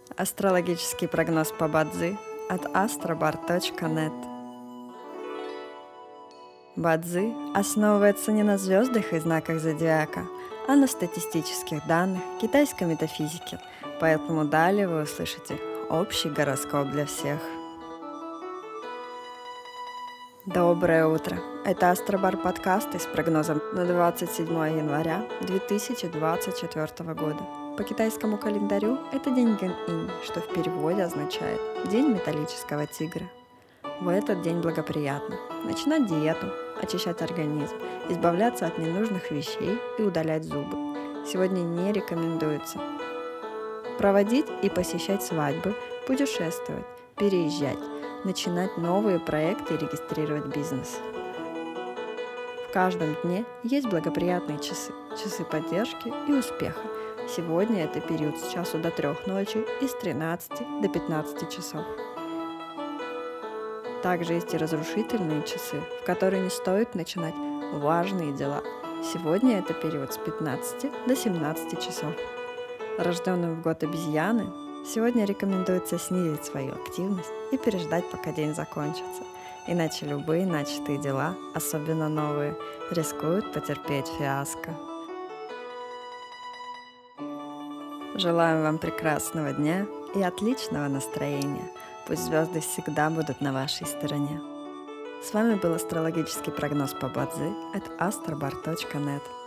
Астрологический прогноз по Бадзи от astrobar.net. Бадзи основывается не на звездах и знаках зодиака, а на статистических данных китайской метафизики, поэтому далее вы услышите общий гороскоп для всех. Доброе утро! Это Астробар подкасты с прогнозом на 27 января 2024 года. По китайскому календарю это день Гэн-инь, что в переводе означает «день металлического тигра». В этот день благоприятно начинать диету, очищать организм, избавляться от ненужных вещей и удалять зубы. Сегодня не рекомендуется проводить и посещать свадьбы, путешествовать, переезжать, начинать новые проекты и регистрировать бизнес. В каждом дне есть благоприятные часы, часы поддержки и успеха. Сегодня это период с часу до 3 ночи и с 13 до 15 часов. Также есть и разрушительные часы, в которые не стоит начинать важные дела. Сегодня это период с 15 до 17 часов. Рожденным в год обезьяны сегодня рекомендуется снизить свою активность и переждать, пока день закончится. Иначе любые начатые дела, особенно новые, рискуют потерпеть фиаско. Желаем вам прекрасного дня и отличного настроения. Пусть звезды всегда будут на вашей стороне. С вами был астрологический прогноз по Бадзи от astrobar.net.